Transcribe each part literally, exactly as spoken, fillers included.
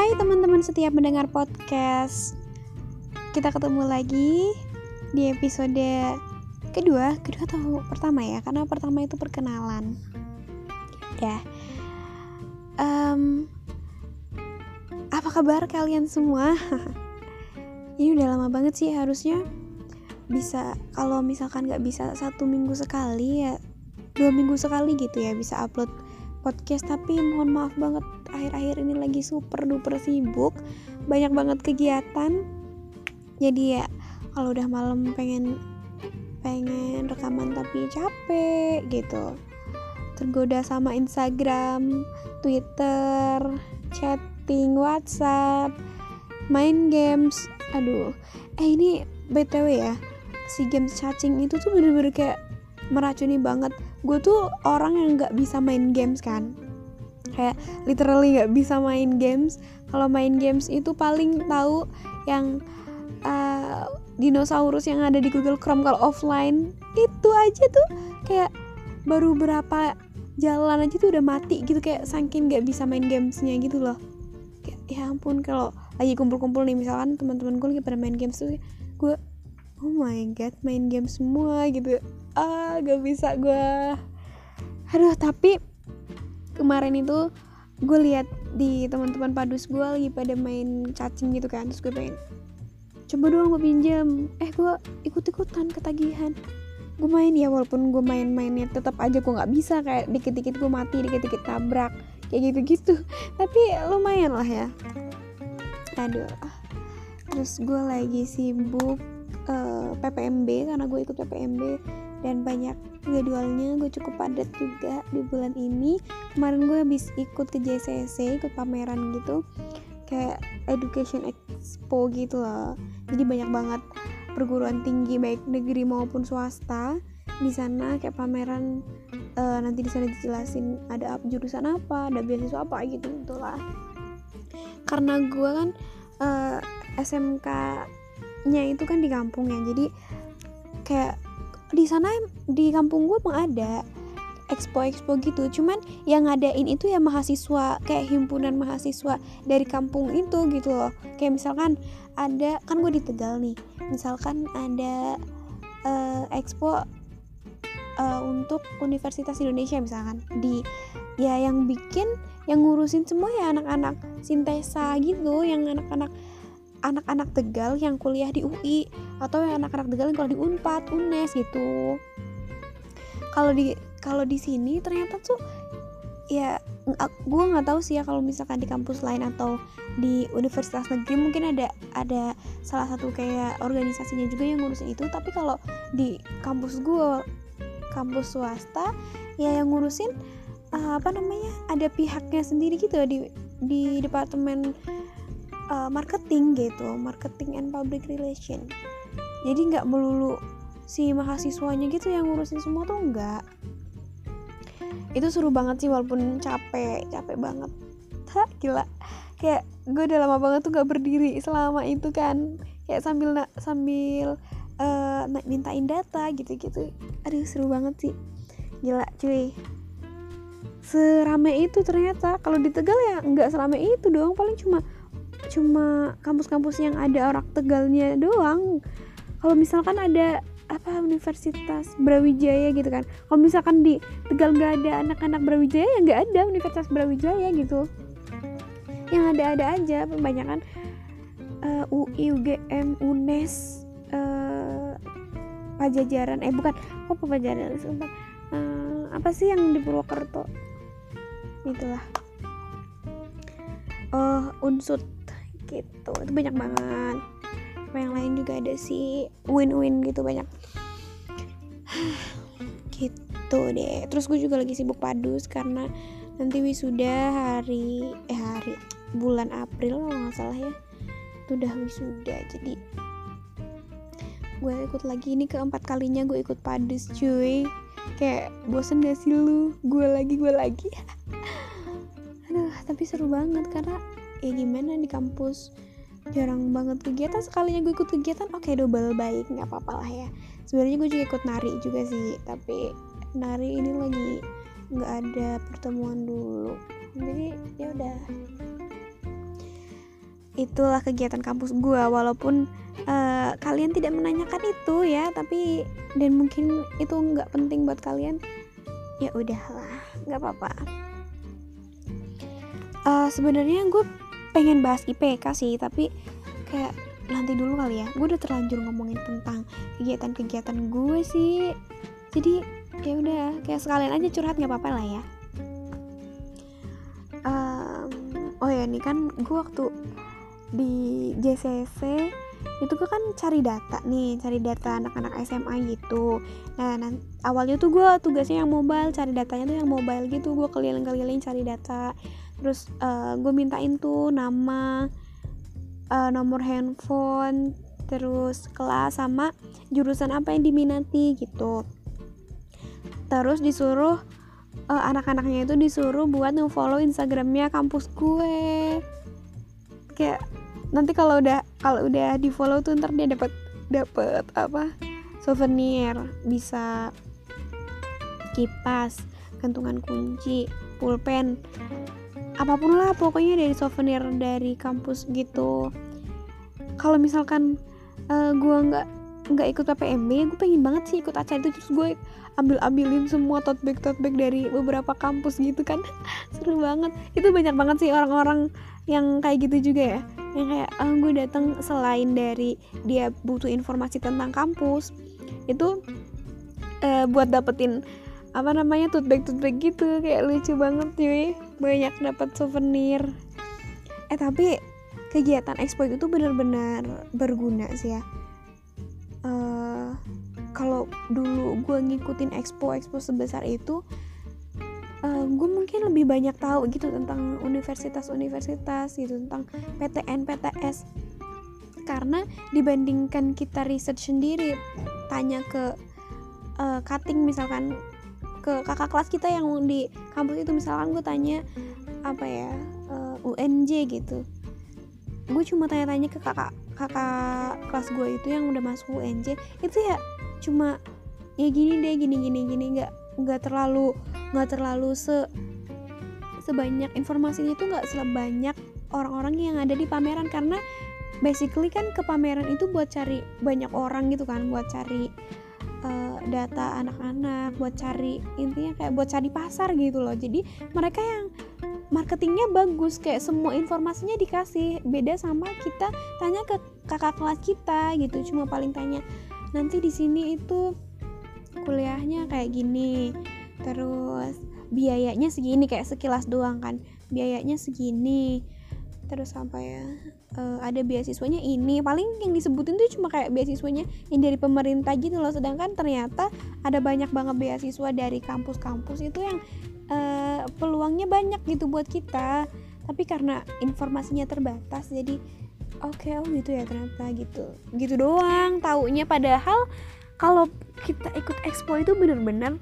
Hai teman-teman setiap mendengar podcast. Kita ketemu lagi di episode kedua Kedua atau pertama ya, karena pertama itu perkenalan. Ya um, Apa kabar kalian semua? Ini udah lama banget sih, harusnya bisa, kalau misalkan gak bisa satu minggu sekali ya dua minggu sekali gitu ya bisa upload podcast. Tapi mohon maaf banget, akhir-akhir ini lagi super duper sibuk, banyak banget kegiatan. Jadi ya kalau udah malam pengen pengen rekaman tapi capek gitu, tergoda sama Instagram, Twitter, chatting, WhatsApp, main games. Aduh, eh ini B T W ya, si games chatting itu tuh bener-bener kayak meracuni banget. Gue tuh orang yang gak bisa main games kan, kayak literally gak bisa main games. Kalau main games itu paling tahu yang uh, dinosaurus yang ada di Google Chrome. Kalau offline itu aja tuh kayak baru berapa jalan aja tuh udah mati gitu, kayak saking gak bisa main gamesnya gitu loh. Kayak ya ampun, kalau lagi kumpul-kumpul nih misalkan teman-teman gue lagi pada main games tuh gue oh my god, main game semua gitu. Ah, gak bisa gue. Aduh, tapi kemarin itu gue lihat di teman-teman padus gue lagi pada main cacing gitu kan, terus gue pengen coba dong gue pinjam. Eh, gue ikut-ikutan ketagihan. Gue main ya, walaupun gue main-mainnya tetap aja gue nggak bisa, kayak dikit-dikit gue mati, dikit-dikit tabrak, kayak gitu-gitu. Tapi lumayan lah ya. Aduh. Terus gue lagi sibuk uh, P P M B karena gue ikut P P M B dan banyak jadwalnya, gue cukup padat juga di bulan ini. Kemarin gue habis ikut ke J C C, ikut pameran gitu, kayak Education Expo gitu loh. Jadi banyak banget perguruan tinggi baik negeri maupun swasta di sana, kayak pameran. Uh, nanti di sana dijelasin ada jurusan apa, ada beasiswa apa gitu gitulah. Karena gue kan uh, S M K-nya itu kan di kampung ya, jadi kayak di sana di kampung gue emang ada expo-expo gitu, cuman yang ngadain itu ya mahasiswa, kayak himpunan mahasiswa dari kampung itu gitu loh. Kayak misalkan ada, kan gue di Tegal nih, misalkan ada uh, expo uh, untuk Universitas Indonesia misalkan, di ya yang bikin, yang ngurusin semua ya anak-anak Sintesa gitu, yang anak-anak anak-anak Tegal yang kuliah di U I, atau yang anak-anak Tegal yang kuliah di Unpad, Unes gitu. Kalau di kalau di sini ternyata tuh ya gue nggak tahu sih ya, kalau misalkan di kampus lain atau di universitas negeri mungkin ada ada salah satu kayak organisasinya juga yang ngurusin itu. Tapi kalau di kampus gue, kampus swasta, ya yang ngurusin uh, apa namanya, ada pihaknya sendiri gitu di di departemen uh, marketing gitu, marketing and public relation. Jadi nggak melulu si mahasiswanya gitu yang ngurusin semua tuh, enggak. Itu seru banget sih, walaupun capek capek banget. Hah, gila, kayak gue udah lama banget tuh gak berdiri selama itu kan, kayak sambil na- sambil uh, mintain data gitu-gitu. Aduh, seru banget sih, gila cuy, serame itu ternyata. Kalau di Tegal ya nggak serame itu doang, paling cuma cuma kampus-kampus yang ada orang Tegalnya doang. Kalau misalkan ada apa Universitas Brawijaya gitu kan, kalau misalkan di Tegal nggak ada anak-anak Brawijaya ya nggak ada Universitas Brawijaya gitu. Yang ada-ada aja kebanyakan uh, U I, U G M, Unes, uh, Pajajaran, eh bukan, kok Pajajaran sebentar, uh, apa sih yang di Purwokerto itulah, oh Unsut gitu. Itu banyak banget. Yang lain juga ada sih, win-win gitu, banyak gitu deh. Terus gue juga lagi sibuk padus karena nanti wisuda hari eh hari bulan April kalau nggak salah ya, itu udah wisuda. Jadi gue ikut lagi, ini keempat kalinya gue ikut padus cuy. Kayak bosen gak sih lu? Gue lagi gue lagi aduh, tapi seru banget karena ya gimana, di kampus jarang banget kegiatan. Sekalinya gue ikut kegiatan, oke okay, double baik, nggak apa-apa lah ya. Sebenarnya gue juga ikut nari juga sih, tapi nari ini lagi nggak ada pertemuan dulu, jadi ya udah. itulah kegiatan kampus gue, walaupun uh, kalian tidak menanyakan itu ya, tapi dan mungkin itu nggak penting buat kalian, ya udahlah, nggak apa-apa. Uh, sebenarnya gue pengen bahas I P K sih, tapi kayak nanti dulu kali ya. Gue udah terlanjur ngomongin tentang kegiatan-kegiatan gue sih, jadi ya udah kayak sekalian aja curhat, nggak apa-apa lah ya. Um, oh ya nih kan gue waktu di J C C itu gue kan cari data nih, cari data anak-anak S M A gitu. Nah, nanti, awalnya tuh gue tugasnya yang mobile, cari datanya tuh yang mobile gitu. Gue keliling-keliling cari data. Terus uh, gue mintain tuh nama, uh, nomor handphone, terus kelas sama jurusan apa yang diminati gitu. Terus disuruh uh, anak-anaknya itu disuruh buat nge-follow Instagramnya kampus gue. Kayak nanti kalau udah kalau udah di follow tuh ntar dia dapat dapat apa souvenir, bisa kipas, gantungan kunci, pulpen, apapun lah pokoknya dari souvenir dari kampus gitu. Kalau misalkan uh, gue nggak nggak ikut P P M B, gue pengen banget sih ikut acara itu, terus gue ambil-ambilin semua tote bag tote bag dari beberapa kampus gitu kan. Seru banget. Itu banyak banget sih orang-orang yang kayak gitu juga ya, yang kayak oh, gue datang selain dari dia butuh informasi tentang kampus itu uh, buat dapetin apa namanya tote bag tote bag gitu. Kayak lucu banget cuy, banyak dapat souvenir. Eh tapi kegiatan expo itu tuh benar-benar berguna sih ya. Uh, kalau dulu gue ngikutin expo-expo sebesar itu, uh, gue mungkin lebih banyak tahu gitu tentang universitas-universitas gitu, tentang P T N P T S. Karena dibandingkan kita research sendiri, tanya ke uh, cutting misalkan, ke kakak kelas kita yang di kampus itu, misalkan gue tanya apa ya uh, U N J gitu, gue cuma tanya-tanya ke kakak kakak kelas gue itu yang udah masuk U N J, itu ya cuma ya gini deh, gini gini gini, nggak nggak terlalu nggak terlalu se sebanyak informasinya itu nggak sebanyak orang-orang yang ada di pameran. Karena basically kan ke pameran itu buat cari banyak orang gitu kan, buat cari uh, data anak-anak, buat cari intinya kayak buat cari pasar gitu loh. Jadi mereka yang marketingnya bagus, kayak semua informasinya dikasih. Beda sama kita tanya ke kakak kelas kita gitu, cuma paling tanya nanti di sini itu kuliahnya kayak gini, terus biayanya segini, kayak sekilas doang kan, biayanya segini, terus apa ya uh, ada beasiswanya ini, paling yang disebutin tuh cuma kayak beasiswanya yang dari pemerintah gitu loh. Sedangkan ternyata ada banyak banget beasiswa dari kampus-kampus itu yang uh, peluangnya banyak gitu buat kita, tapi karena informasinya terbatas jadi oke okay, oh gitu ya ternyata gitu gitu doang taunya. Padahal kalau kita ikut expo itu bener-bener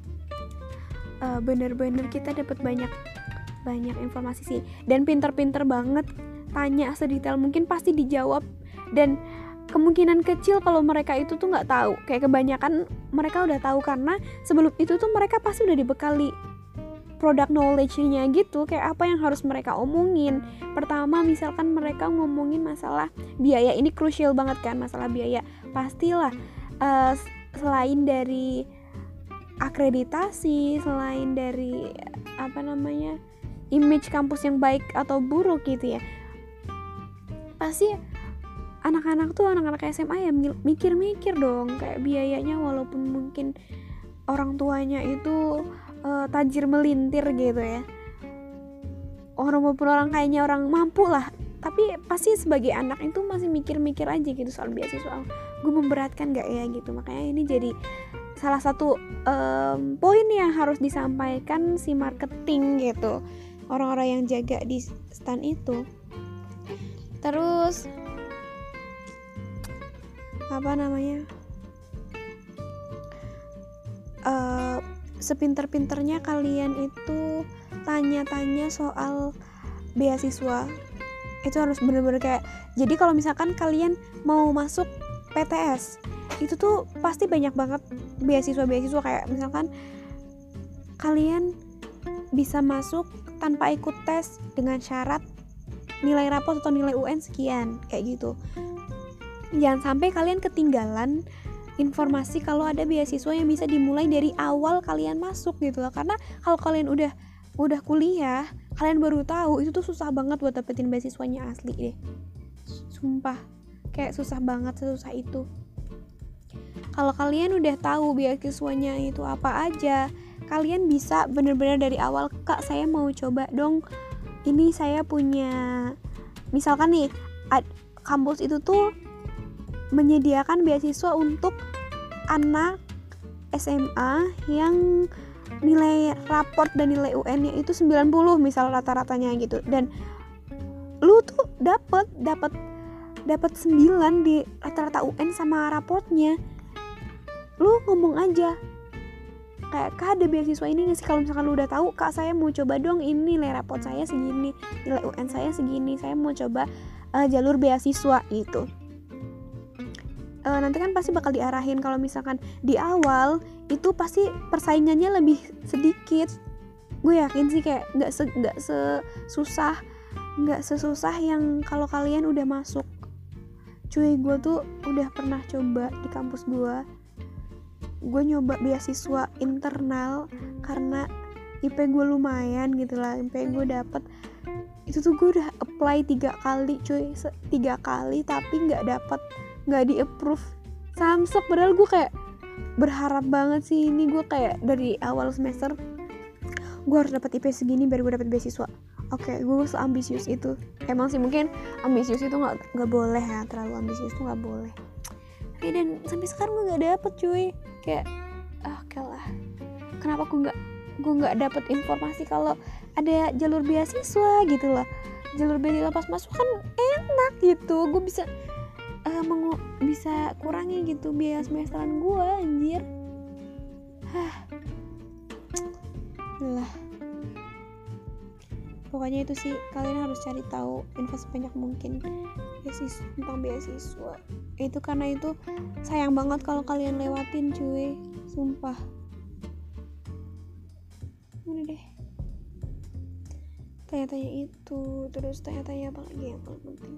uh, bener-bener kita dapat banyak banyak informasi sih, dan pinter-pinter banget, tanya sedetail mungkin pasti dijawab. Dan kemungkinan kecil kalau mereka itu tuh nggak tahu, kayak kebanyakan mereka udah tahu karena sebelum itu tuh mereka pasti udah dibekali product knowledge-nya gitu, kayak apa yang harus mereka omongin. Pertama misalkan mereka ngomongin masalah biaya, ini crucial banget kan, masalah biaya. Pastilah uh, selain dari akreditasi, selain dari apa namanya image kampus yang baik atau buruk gitu ya, pasti anak-anak tuh anak-anak S M A ya mikir-mikir dong kayak biayanya, walaupun mungkin orang tuanya itu uh, tajir melintir gitu ya, orang maupun orang kayaknya orang mampu lah, tapi pasti sebagai anak itu masih mikir-mikir aja gitu soal beasiswa, gue memberatkan gak ya gitu. Makanya ini jadi salah satu um, poin yang harus disampaikan si marketing gitu, orang-orang yang jaga di stand itu. Terus apa namanya uh, sepinter-pinternya kalian itu tanya-tanya soal beasiswa itu harus bener-bener kayak, jadi kalau misalkan kalian mau masuk P T S itu tuh pasti banyak banget beasiswa-beasiswa, kayak misalkan kalian bisa masuk tanpa ikut tes dengan syarat nilai rapot atau nilai U N sekian, kayak gitu. Jangan sampai kalian ketinggalan informasi kalau ada beasiswa yang bisa dimulai dari awal kalian masuk gitu loh. Karena kalau kalian udah udah kuliah, kalian baru tahu, itu tuh susah banget buat dapetin beasiswanya, asli deh. Sumpah, kayak susah banget, sesusah itu. Kalau kalian udah tahu beasiswanya itu apa aja, kalian bisa bener-bener dari awal, Kak saya mau coba dong, ini saya punya, misalkan nih ad, kampus itu tuh menyediakan beasiswa untuk anak S M A yang nilai raport dan nilai U N-nya itu sembilan puluh misal rata-ratanya gitu, dan lu tuh dapet dapet dapet sembilan di rata-rata U N sama raportnya. Lu ngomong aja kayak, Kak ada beasiswa ini nggak sih, kalau misalkan lu udah tahu, Kak saya mau coba dong, ini nilai raport saya segini, nilai U N saya segini, saya mau coba uh, jalur beasiswa gitu. Uh, nanti kan pasti bakal diarahin. Kalau misalkan di awal itu pasti persaingannya lebih sedikit. Gue yakin sih kayak nggak se nggak sesusah nggak sesusah yang kalau kalian udah masuk. Cuy, gue tuh udah pernah coba di kampus gue. Gue nyoba beasiswa internal karena I P gue lumayan gitu lah, I P gue dapet. Itu tuh gue udah apply tiga kali cuy, tiga kali tapi nggak dapet, nggak di approve. Samsek, padahal gue kayak berharap banget sih, ini gue kayak dari awal semester gue harus dapat I P segini baru gue dapet beasiswa. Oke, okay, gue seambisius itu. Emang sih mungkin ambisius itu nggak nggak boleh ya, terlalu ambisius itu nggak boleh. Tapi dan sampai sekarang gue nggak dapet cuy. Kayak ah kalah, kenapa gue nggak gue nggak dapet informasi kalau ada jalur beasiswa gitu loh. Jalur beasiswa pas masuk kan enak gitu, gue bisa uh, mengu- bisa kurangi gitu biaya semesteran gue, anjir. Hah lah, pokoknya itu sih, kalian harus cari tahu info sebanyak mungkin beasiswa, tentang beasiswa itu, karena itu sayang banget kalau kalian lewatin cuy, sumpah. Udah deh, tanya-tanya itu, terus tanya-tanya apa lagi yang paling penting,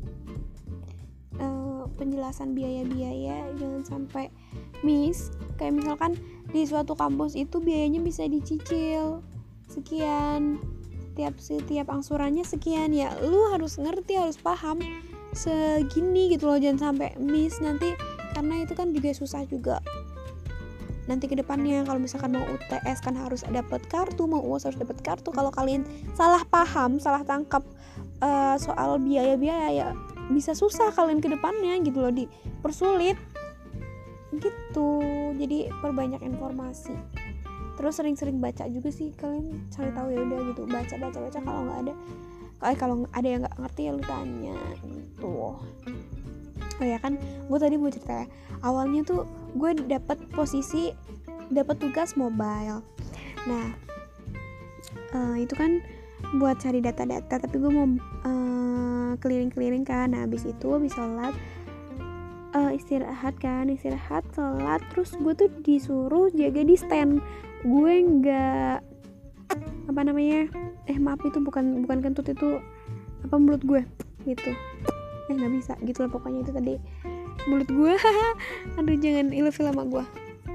uh, penjelasan biaya-biaya, jangan sampai miss. Kayak misalkan di suatu kampus itu biayanya bisa dicicil sekian, setiap setiap angsurannya sekian, ya lu harus ngerti, harus paham segini gitu loh, jangan sampai miss nanti, karena itu kan juga susah juga nanti ke depannya. Kalau misalkan mau U T S kan harus dapat kartu, mau U A S harus dapat kartu. Kalau kalian salah paham, salah tangkap uh, soal biaya-biaya, ya bisa susah kalian ke depannya gitu loh, dipersulit gitu. Jadi perbanyak informasi, terus sering-sering baca juga sih, kalian cari tahu ya udah gitu, baca baca baca kalau nggak ada eh kalau ada yang nggak ngerti ya lu tanya gitu. Oh ya kan, gue tadi mau cerita ya, awalnya tuh gue dapat posisi dapat tugas mobile. Nah uh, itu kan buat cari data-data, tapi gue mau uh, keliling-keliling kan. Nah habis itu habis sholat uh, istirahat kan istirahat sholat, terus gue tuh disuruh jaga di stand. Gue nggak apa namanya eh maaf itu bukan bukan kentut, itu apa mulut gue gitu, eh nggak bisa gitu lah pokoknya, itu tadi mulut gue. Aduh jangan ilfil sama gue.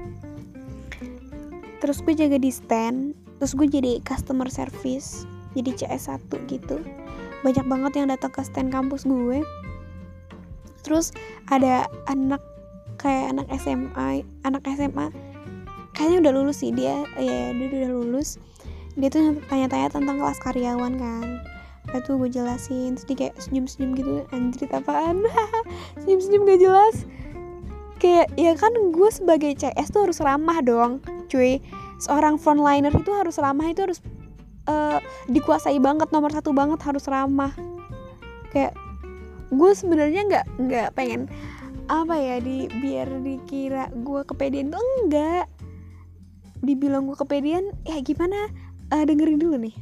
Terus gue jaga di stand, terus gue jadi customer service, jadi C S satu gitu. Banyak banget yang datang ke stand kampus gue. Terus ada anak kayak anak S M A anak S M A kayaknya udah lulus sih dia, ya dia udah lulus. Dia tuh tanya-tanya tentang kelas karyawan kan. Lalu tuh gue jelasin, terus dia kayak senyum-senyum gitu, anjrit apaan. Senyum-senyum gak jelas. Kayak ya kan gue sebagai C S tuh harus ramah dong cuy. Seorang frontliner itu harus ramah, itu harus uh, dikuasai banget, nomor satu banget harus ramah. Kayak gue sebenarnya nggak nggak pengen apa ya di biar dikira gue kepedean tuh enggak. Dibilang gue kepedean ya gimana, uh, dengerin dulu nih.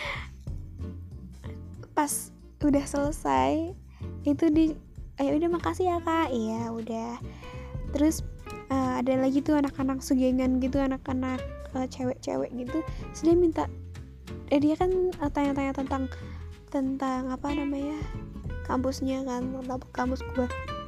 Pas udah selesai itu di ayo udah makasih ya kak, iya udah. Terus uh, ada lagi tuh anak-anak segengan gitu, anak-anak uh, cewek-cewek gitu. Terus dia minta eh, dia kan uh, tanya-tanya tentang tentang apa namanya kampusnya kan, tentang kampus gue.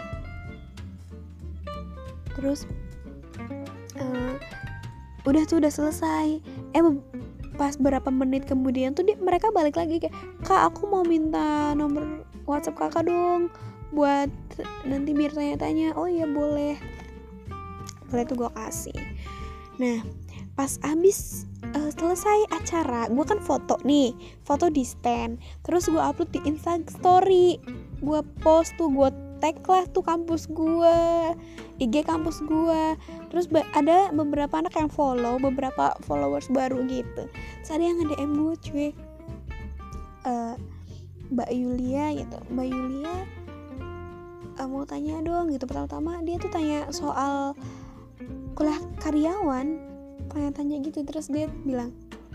Terus uh, udah tuh udah selesai. Eh pas berapa menit kemudian tuh dia, mereka balik lagi kayak, kak aku mau minta nomor WhatsApp kakak dong buat nanti biar tanya-tanya. Oh iya boleh. Boleh tuh gue kasih. Nah pas abis uh, selesai acara, gue kan foto nih, foto di stand, terus gue upload di Instastory, gue post tuh, gue tag lah tuh kampus gue, I G kampus gue. Terus ba- ada beberapa anak yang follow, beberapa followers baru gitu. Terus ada yang nge-D M gue cuy, uh, Mbak Yulia gitu, Mbak Yulia uh, mau tanya dong gitu. Pertama-tama dia tuh tanya soal kuliah karyawan, tanya-tanya gitu. Terus dia bilang,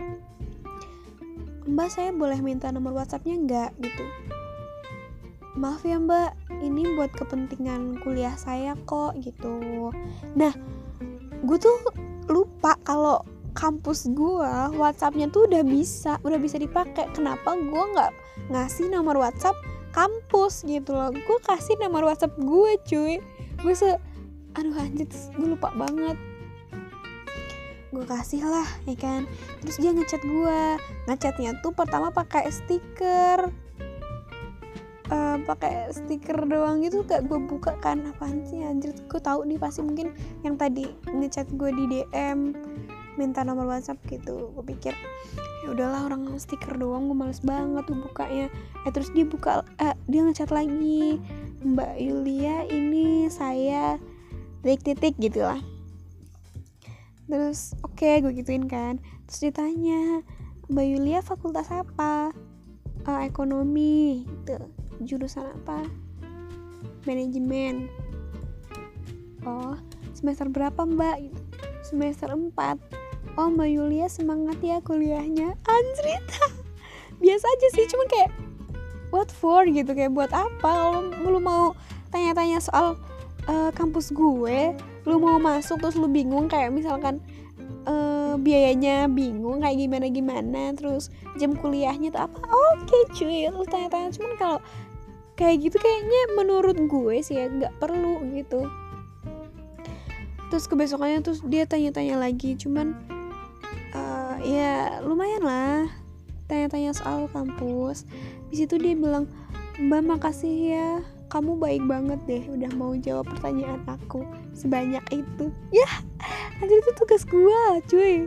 Mbak saya boleh minta nomor WhatsAppnya nggak gitu. Maaf ya Mbak, ini buat kepentingan kuliah saya kok gitu. Nah gue tuh lupa kalau kampus gue WhatsAppnya tuh udah bisa udah bisa dipakai. Kenapa gue nggak ngasih nomor WhatsApp kampus gitu loh. Gue kasih nomor WhatsApp gue cuy. Gue se aduh anjir, gue lupa banget. Gue kasih lah ya kan. Terus dia ngechat gue, ngechatnya tuh pertama pakai stiker, uh, pakai stiker doang gitu. Gak gue buka kan, apaan sih anjir. Gue tahu nih pasti mungkin yang tadi ngechat gue di D M minta nomor WhatsApp gitu. Gue pikir ya udahlah orang stiker doang, gue males banget tuh bukanya. Eh terus dia buka, eh, dia ngechat lagi, Mbak Yulia ini saya titik-titik gitu lah. Terus oke okay, gue gituin kan. Terus ditanya, Mbak Yulia fakultas apa? Uh, ekonomi gitu. Jurusan apa? Manajemen. Oh semester berapa Mbak? Semester empat. Oh Mbak Yulia semangat ya kuliahnya. Anjrit. Biasa aja sih, cuma kayak what for gitu, kayak buat apa? Kalau lu mau tanya-tanya soal uh, kampus gue, lu mau masuk terus lu bingung kayak misalkan uh, biayanya bingung kayak gimana-gimana, terus jam kuliahnya tuh apa, oke okay, cuy lu tanya-tanya. Cuman kalau kayak gitu kayaknya menurut gue sih ya nggak perlu gitu. Terus kebesokannya terus dia tanya-tanya lagi, cuman uh, ya lumayan lah tanya-tanya soal kampus. Di situ dia bilang, Mbak makasih ya, kamu baik banget deh udah mau jawab pertanyaan aku sebanyak itu. Ya, anjir itu tugas gue cuy.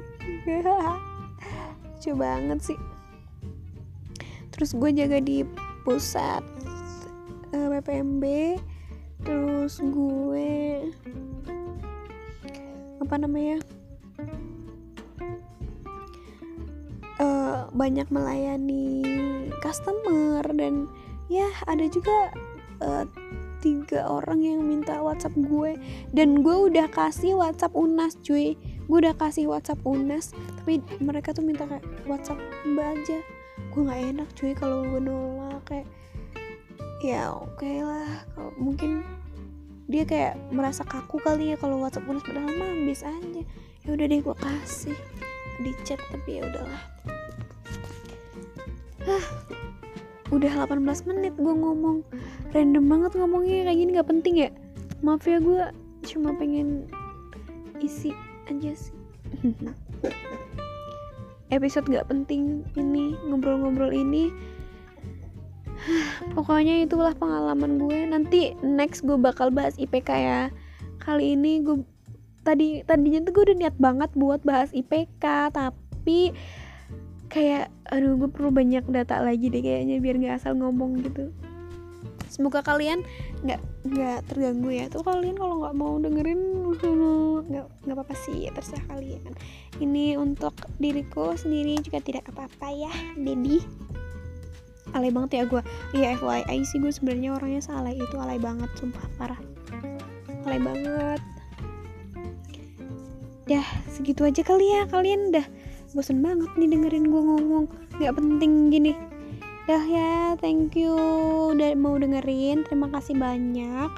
Lucu banget sih. Terus gue jaga di pusat uh, B P M B. Terus gue apa namanya uh, banyak melayani customer. Dan ya ada juga uh, tiga orang yang minta WhatsApp gue, dan gue udah kasih WhatsApp U N A S cuy. Gue udah kasih WhatsApp U N A S, tapi mereka tuh minta kayak WhatsApp Mbak aja. Gue nggak enak cuy kalau gue nolak, kayak ya oke okay lah. Kalau mungkin dia kayak merasa kaku kali ya kalau WhatsApp U N A S, padahal mah bisa aja. Ya udah deh gue kasih di chat, tapi ya udahlah. Hah, udah delapan belas menit gue ngomong, random banget ngomongnya kayak gini, gak penting ya. Maaf ya, gue cuma pengen isi aja sih. Episode gak penting ini, ngobrol-ngobrol ini. Pokoknya itulah pengalaman gue. Nanti next gue bakal bahas I P K ya. Kali ini gue tadi tadinya tuh gue udah niat banget buat bahas I P K, tapi kayak aduh gue perlu banyak data lagi deh kayaknya biar nggak asal ngomong gitu. Semoga kalian nggak nggak terganggu ya. Tuh kalian kalau nggak mau dengerin nggak nggak apa-apa sih, terserah kalian. Ini untuk diriku sendiri juga tidak apa-apa ya, Dedi. Alay banget ya gue. Iya F Y I sih, gue sebenarnya orangnya salay itu, alay banget sumpah parah. Alay banget. Dah segitu aja kali ya, kalian dah bosen banget nih dengerin gue ngomong gak penting gini. Dah ya, thank you udah mau dengerin, terima kasih banyak.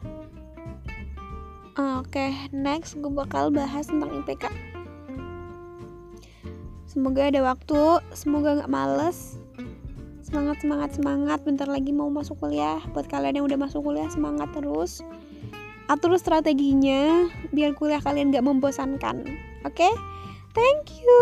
Oke, okay, next gue bakal bahas tentang I P K. Semoga ada waktu, semoga gak males, Semangat, semangat, semangat. Bentar lagi mau masuk kuliah. Buat kalian yang udah masuk kuliah, semangat terus. Atur strateginya biar kuliah kalian gak membosankan. Oke? Okay? Thank you.